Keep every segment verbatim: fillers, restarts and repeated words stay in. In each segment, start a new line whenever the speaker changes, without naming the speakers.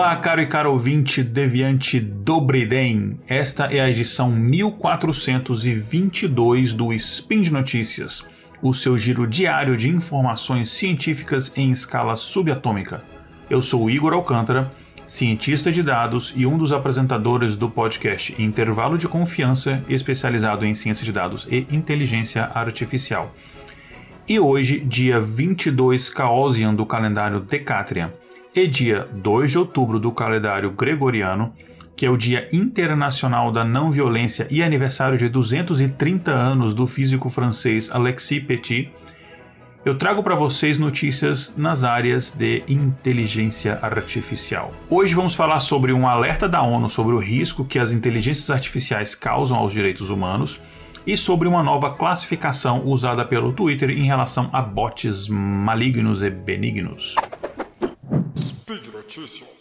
Olá, caro e caro ouvinte deviante Dobry Den. Esta é a edição mil quatrocentos e vinte e dois do Spin de Notícias, o seu giro diário de informações científicas em escala subatômica. Eu sou o Igor Alcântara, cientista de dados e um dos apresentadores do podcast Intervalo de Confiança, especializado em ciência de dados e inteligência artificial. E hoje, dia vinte e dois Caosian do calendário Decatrian, e dia dois de outubro do calendário Gregoriano, que é o Dia Internacional da Não Violência e aniversário de duzentos e trinta anos do físico francês Alexis Petit, eu trago para vocês notícias nas áreas de inteligência artificial. Hoje vamos falar sobre um alerta da ONU sobre o risco que as inteligências artificiais causam aos direitos humanos e sobre uma nova classificação usada pelo Twitter em relação a bots malignos e benignos.
Speed Notícias.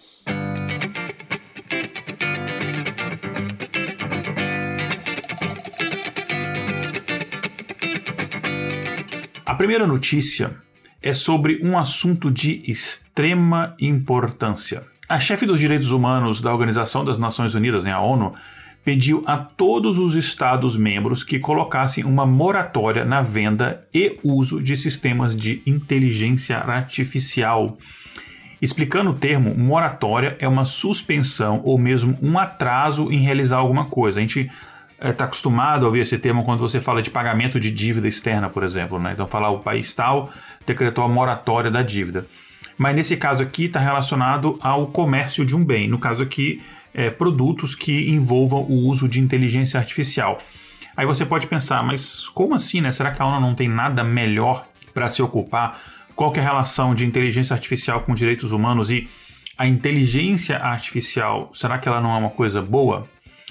A primeira notícia é sobre um assunto de extrema importância. A chefe dos direitos humanos da Organização das Nações Unidas, né, a ONU, pediu a todos os Estados-membros que colocassem uma moratória na venda e uso de sistemas de inteligência artificial. Explicando o termo, moratória é uma suspensão ou mesmo um atraso em realizar alguma coisa. A gente está acostumado a ouvir esse termo quando você fala de pagamento de dívida externa, por exemplo, né? Então, falar o país tal decretou a moratória da dívida. Mas nesse caso aqui está relacionado ao comércio de um bem. No caso aqui, é, produtos que envolvam o uso de inteligência artificial. Aí você pode pensar, mas como assim, né? Será que a ONU não tem nada melhor para se ocupar? Qual que é a relação de inteligência artificial com direitos humanos e a inteligência artificial, será que ela não é uma coisa boa?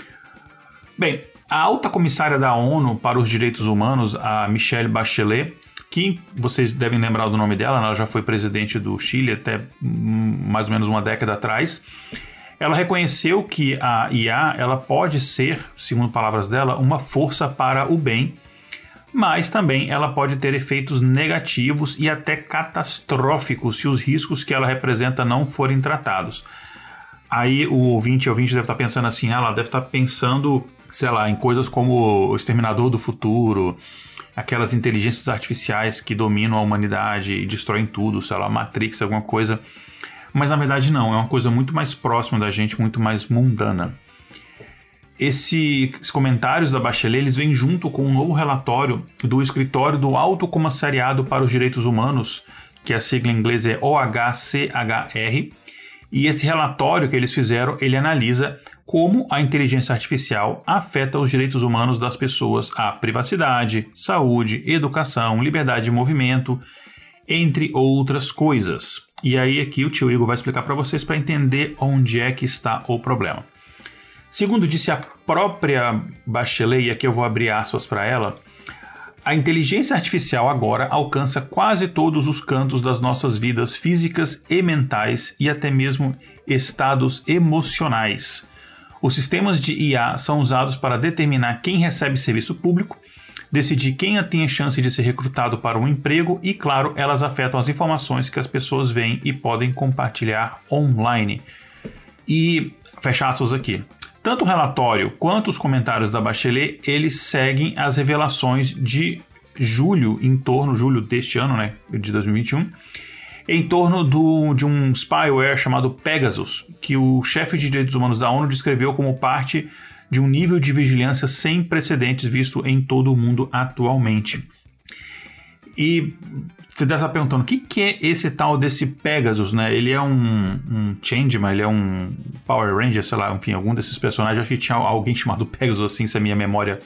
Bem, a alta comissária da ONU para os Direitos Humanos, a Michelle Bachelet, que vocês devem lembrar do nome dela, ela já foi presidente do Chile até mais ou menos uma década atrás, ela reconheceu que a I A ela pode ser, segundo palavras dela, uma força para o bem, mas também ela pode ter efeitos negativos e até catastróficos se os riscos que ela representa não forem tratados. Aí o ouvinte, o ouvinte deve estar pensando assim, ela deve estar pensando, sei lá, em coisas como o Exterminador do Futuro, aquelas inteligências artificiais que dominam a humanidade e destroem tudo, sei lá, Matrix, alguma coisa. Mas na verdade não, é uma coisa muito mais próxima da gente, muito mais mundana. Esses comentários da Bachelet eles vêm junto com um novo relatório do Escritório do Alto Comissariado para os Direitos Humanos, que a sigla em inglês é O H C H R, e esse relatório que eles fizeram, ele analisa como a inteligência artificial afeta os direitos humanos das pessoas à privacidade, saúde, educação, liberdade de movimento, entre outras coisas. E aí aqui o tio Igor vai explicar para vocês para entender onde é que está o problema. Segundo disse a própria Bachelet, e aqui eu vou abrir aspas para ela, a inteligência artificial agora alcança quase todos os cantos das nossas vidas físicas e mentais e até mesmo estados emocionais. Os sistemas de I A são usados para determinar quem recebe serviço público, decidir quem tem a chance de ser recrutado para um emprego e, claro, elas afetam as informações que as pessoas veem e podem compartilhar online. E, fecha aspas aqui. Tanto o relatório quanto os comentários da Bachelet, eles seguem as revelações de julho, em torno, julho deste ano, né, de dois mil e vinte e um, em torno do, de um spyware chamado Pegasus, que o chefe de direitos humanos da ONU descreveu como parte de um nível de vigilância sem precedentes visto em todo o mundo atualmente. E você deve estar perguntando, o que, que é esse tal desse Pegasus, né? Ele é um, um Changeman, ele é um Power Ranger, sei lá, enfim, algum desses personagens. Acho que tinha alguém chamado Pegasus, assim, se a minha memória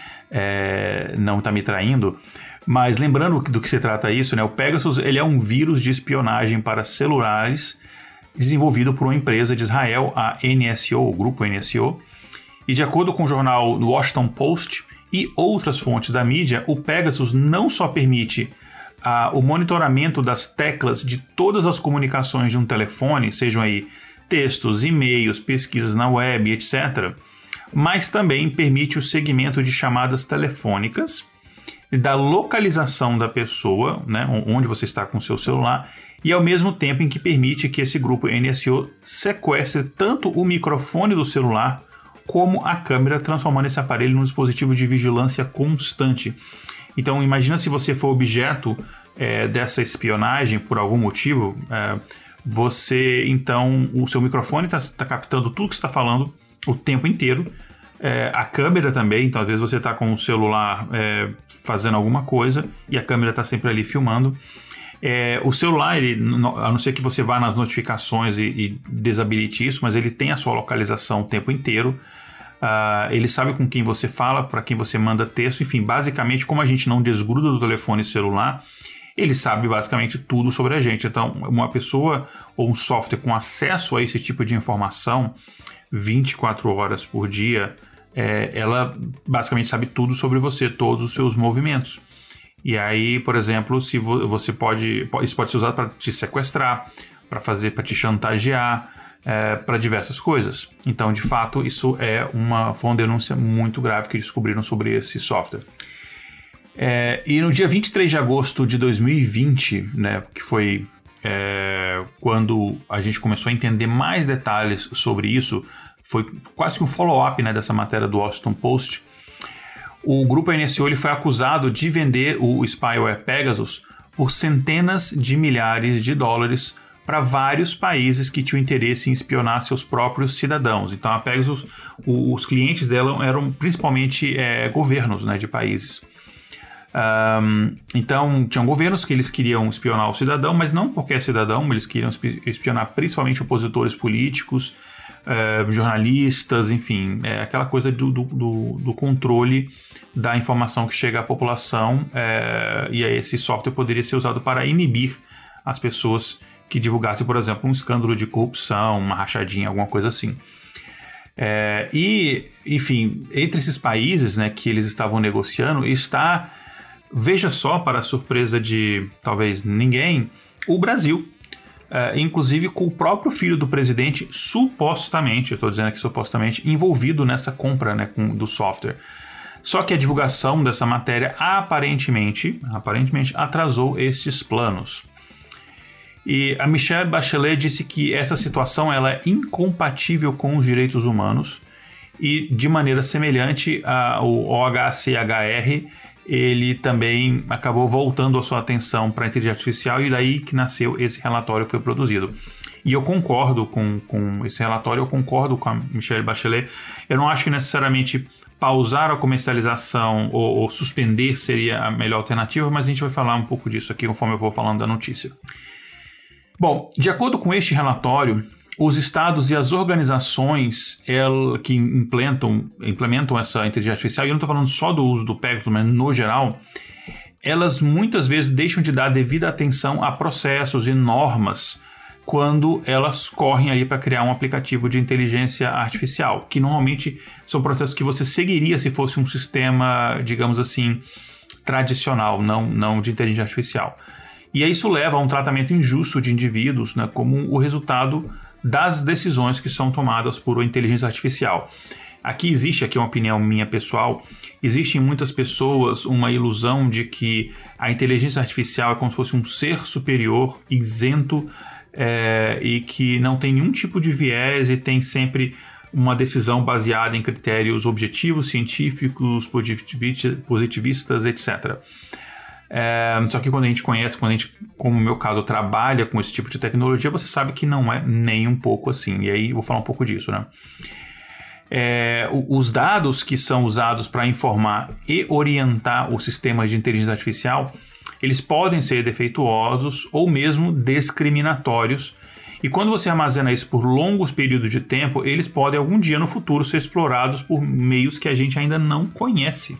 é, não está me traindo. Mas lembrando do que se trata isso, né? O Pegasus ele é um vírus de espionagem para celulares desenvolvido por uma empresa de Israel, a N S O, o grupo N S O. E de acordo com o jornal Washington Post e outras fontes da mídia, o Pegasus não só permite ah, o monitoramento das teclas de todas as comunicações de um telefone, sejam aí textos, e-mails, pesquisas na web, etcétera, mas também permite o segmento de chamadas telefônicas, da localização da pessoa, né, onde você está com o seu celular, e ao mesmo tempo em que permite que esse grupo N S O sequestre tanto o microfone do celular como a câmera, transformando esse aparelho num dispositivo de vigilância constante. Então imagina se você for objeto é, dessa espionagem por algum motivo, é, você então, o seu microfone está tá captando tudo que você está falando o tempo inteiro, é, a câmera também, então às vezes você está com o celular é, fazendo alguma coisa e a câmera está sempre ali filmando. É, o celular, ele, a não ser que você vá nas notificações e, e desabilite isso, mas ele tem a sua localização o tempo inteiro. Uh, ele sabe com quem você fala, para quem você manda texto, enfim, basicamente, como a gente não desgruda do telefone celular, ele sabe basicamente tudo sobre a gente. Então, uma pessoa ou um software com acesso a esse tipo de informação vinte e quatro horas por dia, é, ela basicamente sabe tudo sobre você, todos os seus movimentos. E aí, por exemplo, se você pode, isso pode ser usado para te sequestrar, para fazer, para te chantagear, é, para diversas coisas. Então, de fato, isso é uma, foi uma denúncia muito grave que descobriram sobre esse software. É, e no dia vinte e três de agosto de dois mil e vinte, né, que foi é, quando a gente começou a entender mais detalhes sobre isso, foi quase que um follow-up, né, dessa matéria do Washington Post. O grupo N S O ele foi acusado de vender o spyware Pegasus por centenas de milhares de dólares para vários países que tinham interesse em espionar seus próprios cidadãos. Então a Pegasus, o, os clientes dela eram principalmente é, governos, né, de países. Um, então tinham governos que eles queriam espionar o cidadão, mas não qualquer cidadão, eles queriam espionar principalmente opositores políticos, Uh, jornalistas, enfim, é aquela coisa do, do, do controle da informação que chega à população, uh, e aí esse software poderia ser usado para inibir as pessoas que divulgassem, por exemplo, um escândalo de corrupção, uma rachadinha, alguma coisa assim. Uh, e, enfim, entre esses países, né, que eles estavam negociando, está, veja só, para a surpresa de talvez ninguém, o Brasil. Uh, inclusive com o próprio filho do presidente, supostamente, eu estou dizendo aqui supostamente, envolvido nessa compra, né, com, do software. Só que a divulgação dessa matéria aparentemente, aparentemente atrasou esses planos. E a Michelle Bachelet disse que essa situação ela é incompatível com os direitos humanos e, de maneira semelhante, a, o O H C H R ele também acabou voltando a sua atenção para a inteligência artificial e daí que nasceu esse relatório que foi produzido. E eu concordo com, com esse relatório, eu concordo com a Michelle Bachelet. Eu não acho que necessariamente pausar a comercialização ou, ou suspender seria a melhor alternativa, mas a gente vai falar um pouco disso aqui conforme eu vou falando da notícia. Bom, de acordo com este relatório, os estados e as organizações el, que implementam, implementam essa inteligência artificial, e eu não estou falando só do uso do Pegasus, mas no geral, elas muitas vezes deixam de dar devida atenção a processos e normas quando elas correm ali para criar um aplicativo de inteligência artificial, que normalmente são processos que você seguiria se fosse um sistema, digamos assim, tradicional, não, não de inteligência artificial. E aí isso leva a um tratamento injusto de indivíduos, né, como o resultado das decisões que são tomadas por inteligência artificial. Aqui existe, aqui é uma opinião minha pessoal, existe em muitas pessoas uma ilusão de que a inteligência artificial é como se fosse um ser superior, isento, é, e que não tem nenhum tipo de viés e tem sempre uma decisão baseada em critérios objetivos, científicos, positivistas, etcétera. É, só que quando a gente conhece, quando a gente, como no meu caso, trabalha com esse tipo de tecnologia, você sabe que não é nem um pouco assim. E aí eu vou falar um pouco disso, né? É, os dados que são usados para informar e orientar o sistema de inteligência artificial, eles podem ser defeituosos ou mesmo discriminatórios. E quando você armazena isso por longos períodos de tempo, eles podem algum dia no futuro ser explorados por meios que a gente ainda não conhece.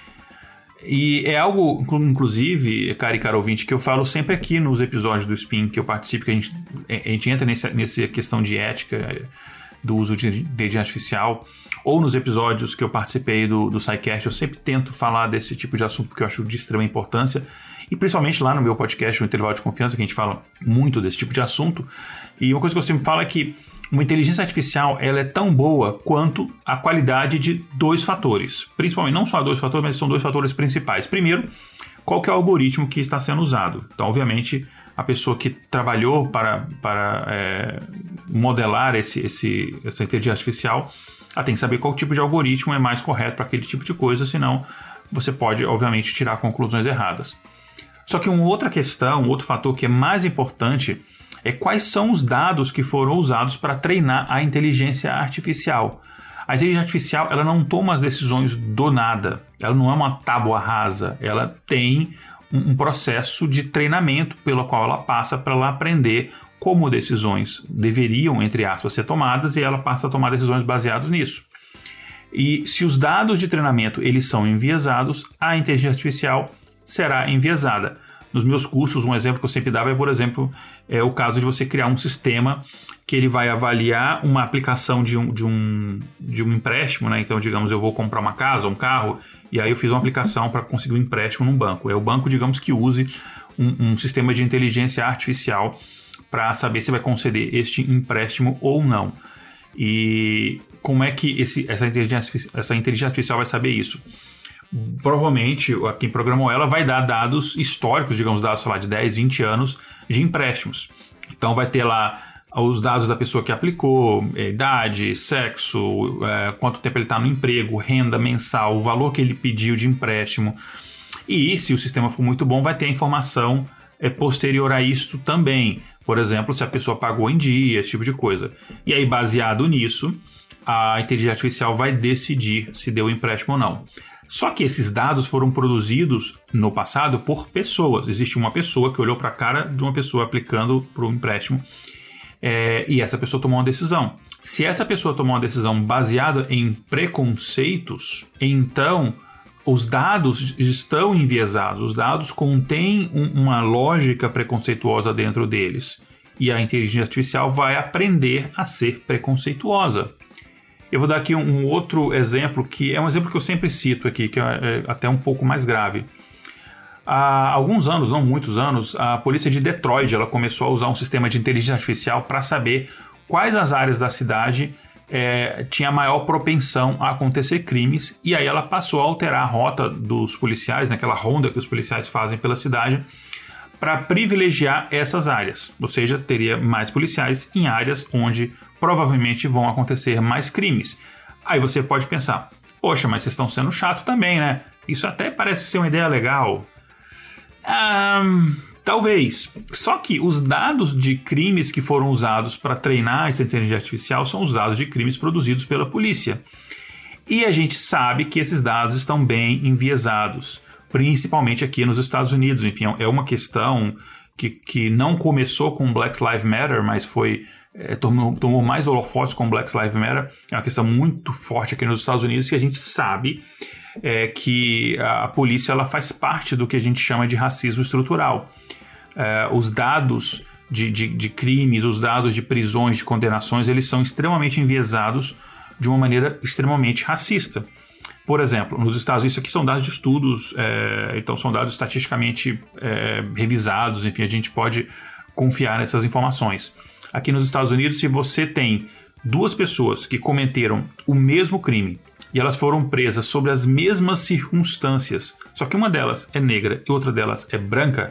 E é algo, inclusive, cara e cara ouvinte, que eu falo sempre aqui nos episódios do Spin que eu participo, que a gente, a gente entra nessa, nessa questão de ética do uso de inteligência artificial, ou nos episódios que eu participei do, do SciCast, eu sempre tento falar desse tipo de assunto porque eu acho de extrema importância, e principalmente lá no meu podcast, no Intervalo de Confiança, que a gente fala muito desse tipo de assunto. E uma coisa que eu sempre falo é que uma inteligência artificial ela é tão boa quanto a qualidade de dois fatores. Principalmente, não só dois fatores, mas são dois fatores principais. Primeiro, qual que é o algoritmo que está sendo usado. Então, obviamente, a pessoa que trabalhou para, para é, modelar esse, esse, essa inteligência artificial, ela tem que saber qual tipo de algoritmo é mais correto para aquele tipo de coisa, senão você pode, obviamente, tirar conclusões erradas. Só que uma outra questão, um outro fator que é mais importante é quais são os dados que foram usados para treinar a inteligência artificial. A inteligência artificial, ela não toma as decisões do nada, ela não é uma tábua rasa, ela tem um, um processo de treinamento pelo qual ela passa para ela aprender como decisões deveriam, entre aspas, ser tomadas, e ela passa a tomar decisões baseadas nisso. E se os dados de treinamento eles são enviesados, a inteligência artificial será enviesada. Nos meus cursos, um exemplo que eu sempre dava é, por exemplo, é o caso de você criar um sistema que ele vai avaliar uma aplicação de um, de um, de um empréstimo, né? Então, digamos, eu vou comprar uma casa, um carro, e aí eu fiz uma aplicação para conseguir um empréstimo num banco. É o banco, digamos, que use um, um sistema de inteligência artificial para saber se vai conceder este empréstimo ou não. E como é que esse, essa, inteligência, essa inteligência artificial vai saber isso? Provavelmente, quem programou ela vai dar dados históricos, digamos, dados, sei lá, de dez, vinte anos de empréstimos. Então vai ter lá os dados da pessoa que aplicou, idade, sexo, é, quanto tempo ele está no emprego, renda mensal, o valor que ele pediu de empréstimo. E se o sistema for muito bom, vai ter a informação é, posterior a isto também. Por exemplo, se a pessoa pagou em dia, esse tipo de coisa. E aí, baseado nisso, a inteligência artificial vai decidir se deu empréstimo ou não. Só que esses dados foram produzidos no passado por pessoas. Existe uma pessoa que olhou para a cara de uma pessoa aplicando para o empréstimo é, e essa pessoa tomou uma decisão. Se essa pessoa tomou uma decisão baseada em preconceitos, então os dados estão enviesados. Os dados contêm um, uma lógica preconceituosa dentro deles. E a inteligência artificial vai aprender a ser preconceituosa. Eu vou dar aqui um outro exemplo, que é um exemplo que eu sempre cito aqui, que é até um pouco mais grave. Há alguns anos, não muitos anos, a polícia de Detroit ela começou a usar um sistema de inteligência artificial para saber quais as áreas da cidade é, tinha maior propensão a acontecer crimes, e aí ela passou a alterar a rota dos policiais, naquela ronda que os policiais fazem pela cidade, para privilegiar essas áreas, ou seja, teria mais policiais em áreas onde provavelmente vão acontecer mais crimes. Aí você pode pensar, poxa, mas vocês estão sendo chato também, né? Isso até parece ser uma ideia legal. Ah, talvez. Só que os dados de crimes que foram usados para treinar essa inteligência artificial são os dados de crimes produzidos pela polícia. E a gente sabe que esses dados estão bem enviesados, principalmente aqui nos Estados Unidos. Enfim, é uma questão que, que não começou com Black Lives Matter, mas foi... É, tomou, tomou mais holofotes com Black Lives Matter. É uma questão muito forte aqui nos Estados Unidos, que a gente sabe é, que a polícia ela faz parte do que a gente chama de racismo estrutural. É, os dados de, de, de crimes, os dados de prisões, de condenações, eles são extremamente enviesados de uma maneira extremamente racista. Por exemplo, nos Estados Unidos, isso aqui são dados de estudos, é, então são dados estatisticamente é, revisados, enfim, a gente pode confiar nessas informações. Aqui nos Estados Unidos, se você tem duas pessoas que cometeram o mesmo crime e elas foram presas sobre as mesmas circunstâncias, só que uma delas é negra e outra delas é branca,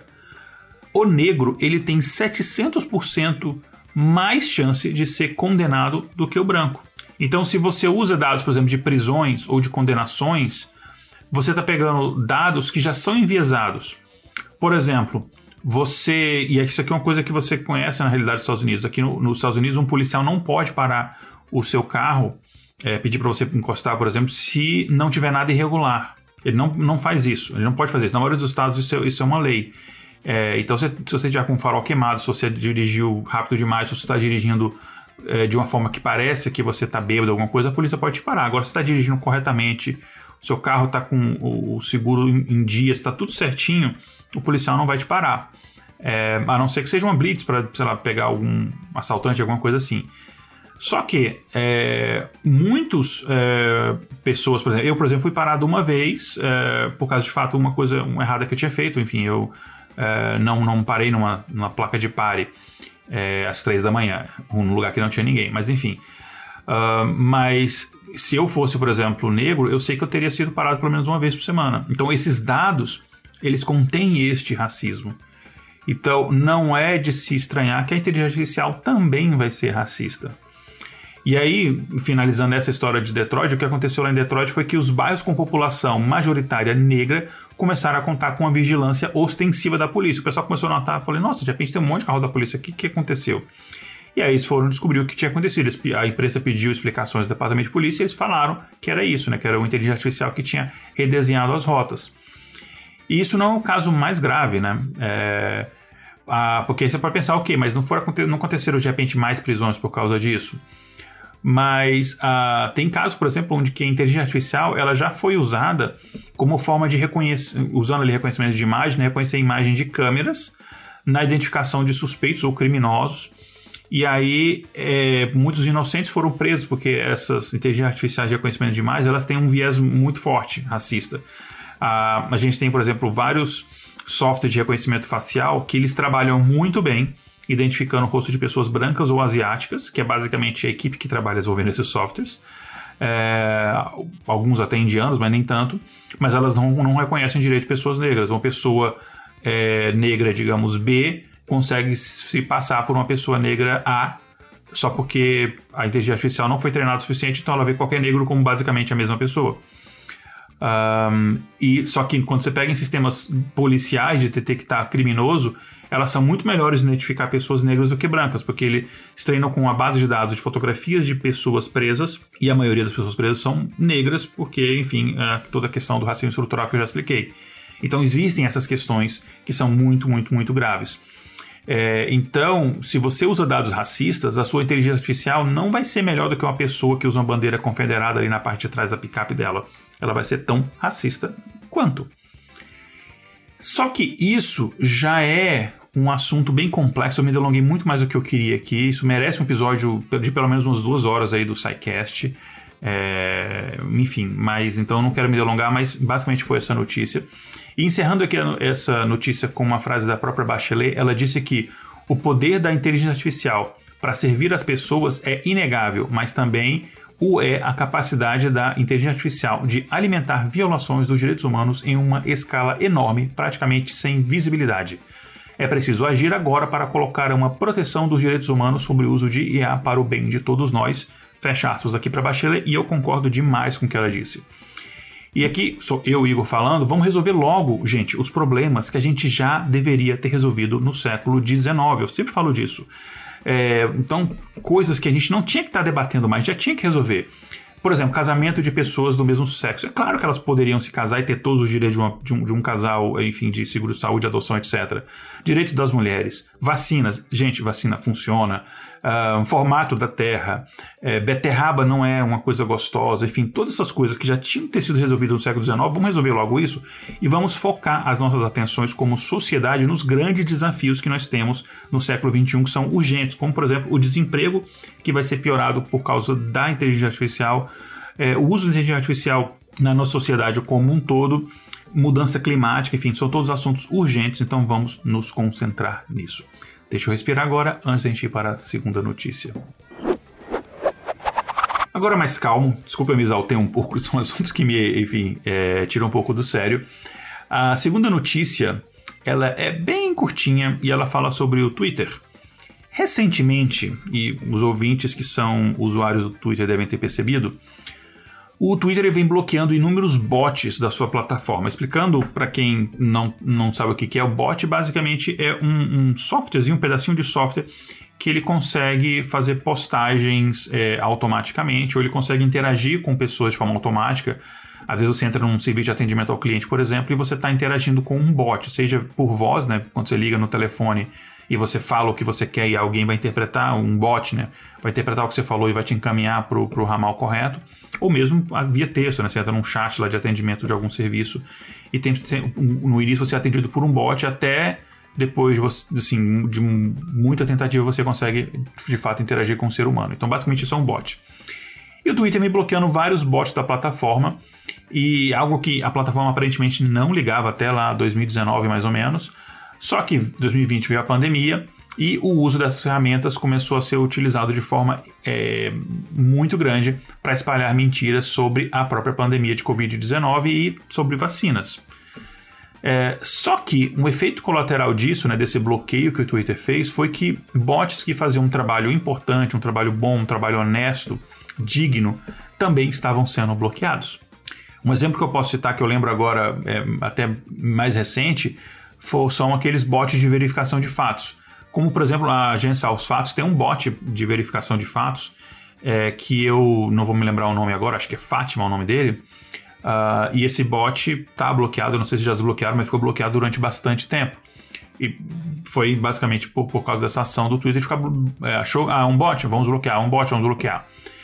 o negro ele tem setecentos por cento mais chance de ser condenado do que o branco. Então, se você usa dados, por exemplo, de prisões ou de condenações, você está pegando dados que já são enviesados. Por exemplo... Você, e isso aqui é uma coisa que você conhece na realidade dos Estados Unidos. Aqui no, nos Estados Unidos, um policial não pode parar o seu carro, é, pedir para você encostar, por exemplo, se não tiver nada irregular. Ele não, não faz isso, ele não pode fazer isso. Na maioria dos estados, isso é, isso é uma lei. É, então, se, se você tiver com o farol queimado, se você dirigiu rápido demais, se você está dirigindo é, de uma forma que parece que você está bêbado, alguma coisa, a polícia pode te parar. Agora, se você está dirigindo corretamente, o seu carro está com o seguro em, em dia, está tudo certinho, o policial não vai te parar. É, a não ser que seja uma blitz para, sei lá, pegar algum assaltante, alguma coisa assim. Só que é, muitas é, pessoas, por exemplo, eu, por exemplo, fui parado uma vez é, por causa de fato uma coisa uma errada que eu tinha feito. Enfim, eu é, não, não parei numa, numa placa de pare é, às três da manhã, num lugar que não tinha ninguém, mas enfim. Uh, mas se eu fosse, por exemplo, negro, eu sei que eu teria sido parado pelo menos uma vez por semana. Então esses dados, eles contêm este racismo. Então, não é de se estranhar que a inteligência artificial também vai ser racista. E aí, finalizando essa história de Detroit, o que aconteceu lá em Detroit foi que os bairros com população majoritária negra começaram a contar com a vigilância ostensiva da polícia. O pessoal começou a notar, falei, nossa, de repente tem um monte de carro da polícia aqui, o que aconteceu? E aí eles foram descobrir o que tinha acontecido. A imprensa pediu explicações do departamento de polícia e eles falaram que era isso, né? Que era uma inteligência artificial que tinha redesenhado as rotas. E isso não é o caso mais grave, né? É... Ah, porque você pode pensar, ok, mas não, for, não aconteceram de repente mais prisões por causa disso. Mas ah, tem casos, por exemplo, onde que a inteligência artificial ela já foi usada como forma de reconhecer, usando ali reconhecimento de imagem, né, reconhecer imagem de câmeras na identificação de suspeitos ou criminosos. E aí é, muitos inocentes foram presos porque essas inteligências artificiais de reconhecimento de imagem elas têm um viés muito forte, racista. Ah, a gente tem, por exemplo, vários softwares de reconhecimento facial que eles trabalham muito bem identificando o rosto de pessoas brancas ou asiáticas, que é basicamente a equipe que trabalha desenvolvendo esses softwares. É, alguns até indianos, mas nem tanto. Mas elas não, não reconhecem direito pessoas negras. Uma pessoa é, negra, digamos, B, consegue se passar por uma pessoa negra A, só porque a inteligência artificial não foi treinada o suficiente, então ela vê qualquer negro como basicamente a mesma pessoa. Um, e só que quando você pega em sistemas policiais de detectar criminoso, elas são muito melhores em identificar pessoas negras do que brancas, porque eles treinam com uma base de dados de fotografias de pessoas presas, e a maioria das pessoas presas são negras, porque, enfim, é toda a questão do racismo estrutural que eu já expliquei. Então existem essas questões que são muito, muito, muito graves. É, então, se você usa dados racistas, a sua inteligência artificial não vai ser melhor do que uma pessoa que usa uma bandeira confederada ali na parte de trás da picape dela. Ela vai ser tão racista quanto. Só que isso já é um assunto bem complexo. Eu me delonguei muito mais do que eu queria aqui. Isso merece um episódio de pelo menos umas duas horas aí do SciCast. É, enfim, mas então eu não quero me delongar, mas basicamente foi essa notícia. E encerrando aqui essa notícia com uma frase da própria Bachelet, ela disse que o poder da inteligência artificial para servir as pessoas é inegável, mas também o é a capacidade da inteligência artificial de alimentar violações dos direitos humanos em uma escala enorme, praticamente sem visibilidade. É preciso agir agora para colocar uma proteção dos direitos humanos sobre o uso de I A para o bem de todos nós. Fecha aspas aqui para Bachelet, e eu concordo demais com o que ela disse. E aqui, sou eu, Igor, falando, vamos resolver logo, gente, os problemas que a gente já deveria ter resolvido no século dezenove. Eu sempre falo disso. É, então, coisas que a gente não tinha que estar debatendo mais, já tinha que resolver. Por exemplo, casamento de pessoas do mesmo sexo. É claro que elas poderiam se casar e ter todos os direitos de, uma, de, um, de um casal, enfim, de seguro de saúde, adoção, etcétera. Direitos das mulheres. Vacinas. Gente, vacina funciona. Uh, formato da terra. É, beterraba não é uma coisa gostosa. Enfim, todas essas coisas que já tinham que ter sido resolvidas no século dezenove, vamos resolver logo isso e vamos focar as nossas atenções como sociedade nos grandes desafios que nós temos no século vinte e um, que são urgentes, como, por exemplo, o desemprego, que vai ser piorado por causa da inteligência artificial, é, o uso da inteligência artificial na nossa sociedade como um todo, mudança climática, enfim, são todos assuntos urgentes, então vamos nos concentrar nisso. Deixa eu respirar agora, antes da gente ir para a segunda notícia. Agora mais calmo, desculpa eu me exaltei um pouco, são assuntos que me, enfim, é, tiram um pouco do sério. A segunda notícia, ela é bem curtinha e ela fala sobre o Twitter. Recentemente, e os ouvintes que são usuários do Twitter devem ter percebido, o Twitter vem bloqueando inúmeros bots da sua plataforma. Explicando para quem não, não sabe o que é o bot, basicamente é um, um softwarezinho, um pedacinho de software que ele consegue fazer postagens é, automaticamente, ou ele consegue interagir com pessoas de forma automática. Às vezes você entra num serviço de atendimento ao cliente, por exemplo, e você está interagindo com um bot, seja por voz, né, quando você liga no telefone e você fala o que você quer e alguém vai interpretar, um bot, né, vai interpretar o que você falou e vai te encaminhar para o ramal correto, ou mesmo via texto, né, você entra num chat lá de atendimento de algum serviço e tem, no início você é atendido por um bot, até depois de, você, assim, de muita tentativa você consegue de fato interagir com o ser humano. Então basicamente isso é um bot. E o Twitter vem bloqueando vários bots da plataforma, e algo que a plataforma aparentemente não ligava até lá dois mil e dezenove mais ou menos. Só que em dois mil e vinte veio a pandemia e o uso dessas ferramentas começou a ser utilizado de forma é, muito grande para espalhar mentiras sobre a própria pandemia de covid dezenove e sobre vacinas. É, só que um efeito colateral disso, né, desse bloqueio que o Twitter fez, foi que bots que faziam um trabalho importante, um trabalho bom, um trabalho honesto, digno, também estavam sendo bloqueados. Um exemplo que eu posso citar, que eu lembro agora, é, até mais recente, for, são aqueles bots de verificação de fatos. Como, por exemplo, a agência Aos Fatos tem um bot de verificação de fatos, é, que eu não vou me lembrar o nome agora, acho que é Fátima o nome dele. Uh, e esse bot está bloqueado, não sei se já desbloquearam, mas ficou bloqueado durante bastante tempo. E foi basicamente por, por causa dessa ação do Twitter de ficar, é, achou, ah, um bot, vamos bloquear, um bot, vamos bloquear.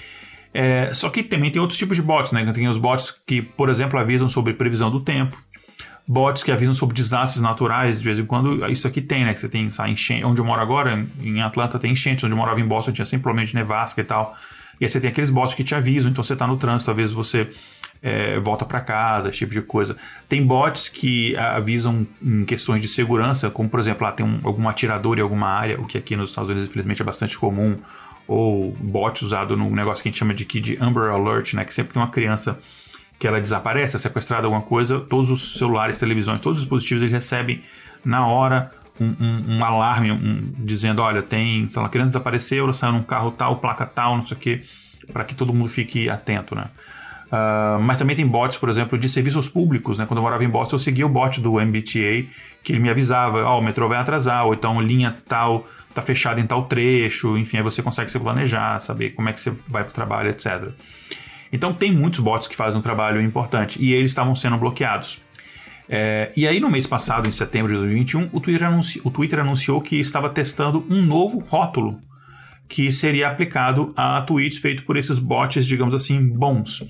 É, só que também tem outros tipos de bots, né? Tem os bots que, por exemplo, avisam sobre previsão do tempo, bots que avisam sobre desastres naturais, de vez em quando, isso aqui tem, né? Que você tem, sabe, enchente, onde eu moro agora, em Atlanta tem enchentes, onde eu morava em Boston tinha simplesmente nevasca e tal. E aí você tem aqueles bots que te avisam, então você está no trânsito, às vezes você é, volta para casa, esse tipo de coisa. Tem bots que avisam em questões de segurança, como por exemplo, lá tem um, algum atirador em alguma área, o que aqui nos Estados Unidos infelizmente é bastante comum, ou bot usado num negócio que a gente chama de, de Amber Alert, né, que sempre tem uma criança que ela desaparece, é sequestrada alguma coisa, todos os celulares, televisões, todos os dispositivos eles recebem na hora um, um, um alarme um, dizendo, olha, tem, sei lá, a criança desapareceu, ela saiu num carro tal, placa tal, não sei o que, para que todo mundo fique atento, né? Uh, mas também tem bots, por exemplo, de serviços públicos, né? Quando eu morava em Boston, eu seguia o bot do M B T A, que ele me avisava, ó, oh, o metrô vai atrasar, ou então linha tal tá fechada em tal trecho, enfim, aí você consegue se planejar, saber como é que você vai pro trabalho, etcétera. Então tem muitos bots que fazem um trabalho importante, e eles estavam sendo bloqueados. É, e aí no mês passado, em setembro de dois mil e vinte e um, o Twitter, anunci- o Twitter anunciou que estava testando um novo rótulo que seria aplicado a tweets feitos por esses bots, digamos assim, bons.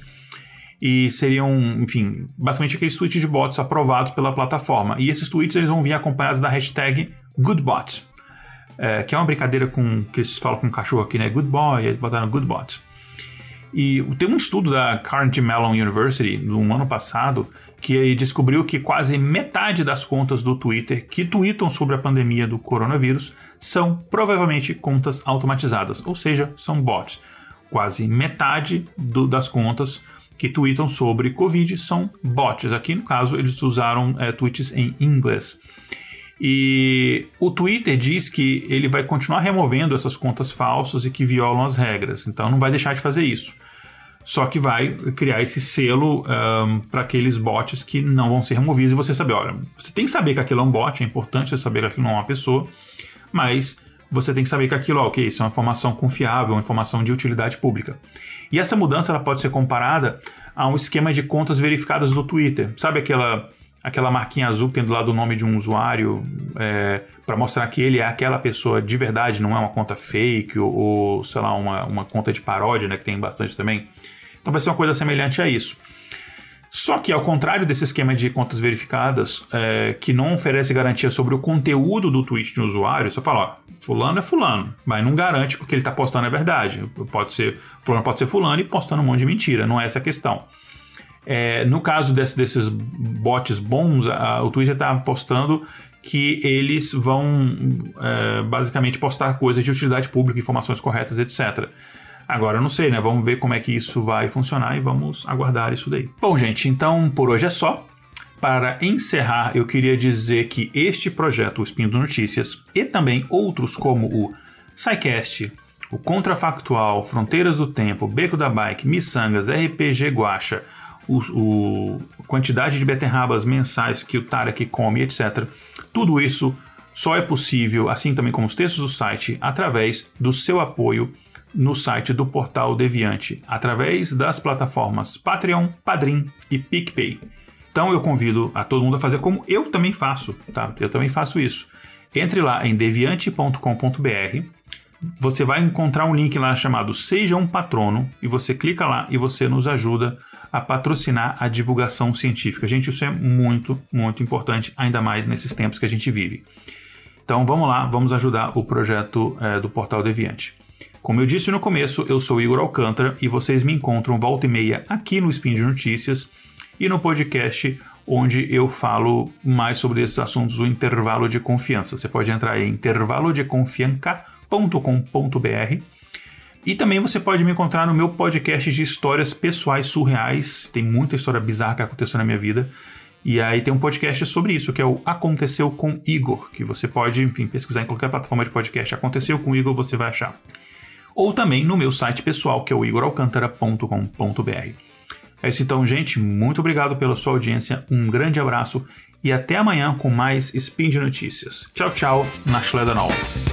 E seriam, enfim, basicamente aqueles tweets de bots aprovados pela plataforma. E esses tweets eles vão vir acompanhados da hashtag GoodBot, é, que é uma brincadeira com que eles falam com o cachorro aqui, né? Good boy, eles botaram GoodBot. E tem um estudo da Carnegie Mellon University, no ano passado, que descobriu que quase metade das contas do Twitter que tweetam sobre a pandemia do coronavírus são provavelmente contas automatizadas, ou seja, são bots. Quase metade do, das contas que tweetam sobre Covid são bots. Aqui, no caso, eles usaram é, tweets em inglês. E o Twitter diz que ele vai continuar removendo essas contas falsas e que violam as regras. Então, não vai deixar de fazer isso. Só que vai criar esse selo um, para aqueles bots que não vão ser removidos. E você saber, olha, você tem que saber que aquilo é um bot, é importante você saber que aquilo não é uma pessoa, mas você tem que saber que aquilo, ok, isso é uma informação confiável, uma informação de utilidade pública. E essa mudança ela pode ser comparada a um esquema de contas verificadas do Twitter. Sabe aquela, aquela marquinha azul que tem do lado do nome de um usuário é, para mostrar que ele é aquela pessoa de verdade, não é uma conta fake ou, ou sei lá, uma, uma conta de paródia, né, que tem bastante também. Então vai ser uma coisa semelhante a isso. Só que, ao contrário desse esquema de contas verificadas, é, que não oferece garantia sobre o conteúdo do tweet de um usuário, você fala, ó, fulano é fulano, mas não garante que o que ele está postando é verdade. Pode ser, fulano pode ser fulano e postando um monte de mentira, não é essa a questão. É, no caso desse, desses bots bons, a, o Twitter está postando que eles vão é, basicamente postar coisas de utilidade pública, informações corretas, etcétera. Agora eu não sei, né? Vamos ver como é que isso vai funcionar e vamos aguardar isso daí. Bom, gente, então por hoje é só. Para encerrar, eu queria dizer que este projeto, o Spin de Notícias, e também outros como o SciCast, o Contrafactual, Fronteiras do Tempo, Beco da Bike, Missangas, R P G Guacha, o, o quantidade de beterrabas mensais que o Tarek come, etcétera. Tudo isso só é possível, assim também como os textos do site, através do seu apoio no site do Portal Deviante, através das plataformas Patreon, Padrim e PicPay. Então eu convido a todo mundo a fazer como eu também faço, tá? Eu também faço isso. Entre lá em deviante ponto com ponto b r, você vai encontrar um link lá chamado Seja um Patrono, e você clica lá e você nos ajuda a patrocinar a divulgação científica. Gente, isso é muito, muito importante, ainda mais nesses tempos que a gente vive. Então vamos lá, vamos ajudar o projeto é, do Portal Deviante. Como eu disse no começo, eu sou Igor Alcântara e vocês me encontram volta e meia aqui no Spin de Notícias e no podcast onde eu falo mais sobre esses assuntos, o Intervalo de Confiança. Você pode entrar em intervalo de confianca ponto com ponto b r e também você pode me encontrar no meu podcast de histórias pessoais surreais. Tem muita história bizarra que aconteceu na minha vida E aí tem um podcast sobre isso, que é o Aconteceu com Igor, que você pode, enfim, pesquisar em qualquer plataforma de podcast. Aconteceu com Igor, você vai achar. Ou também no meu site pessoal, que é o igor alcântara ponto com ponto b r. É isso então, gente. Muito obrigado pela sua audiência. Um grande abraço e até amanhã com mais Spin de Notícias. Tchau, tchau. Na Schledenol.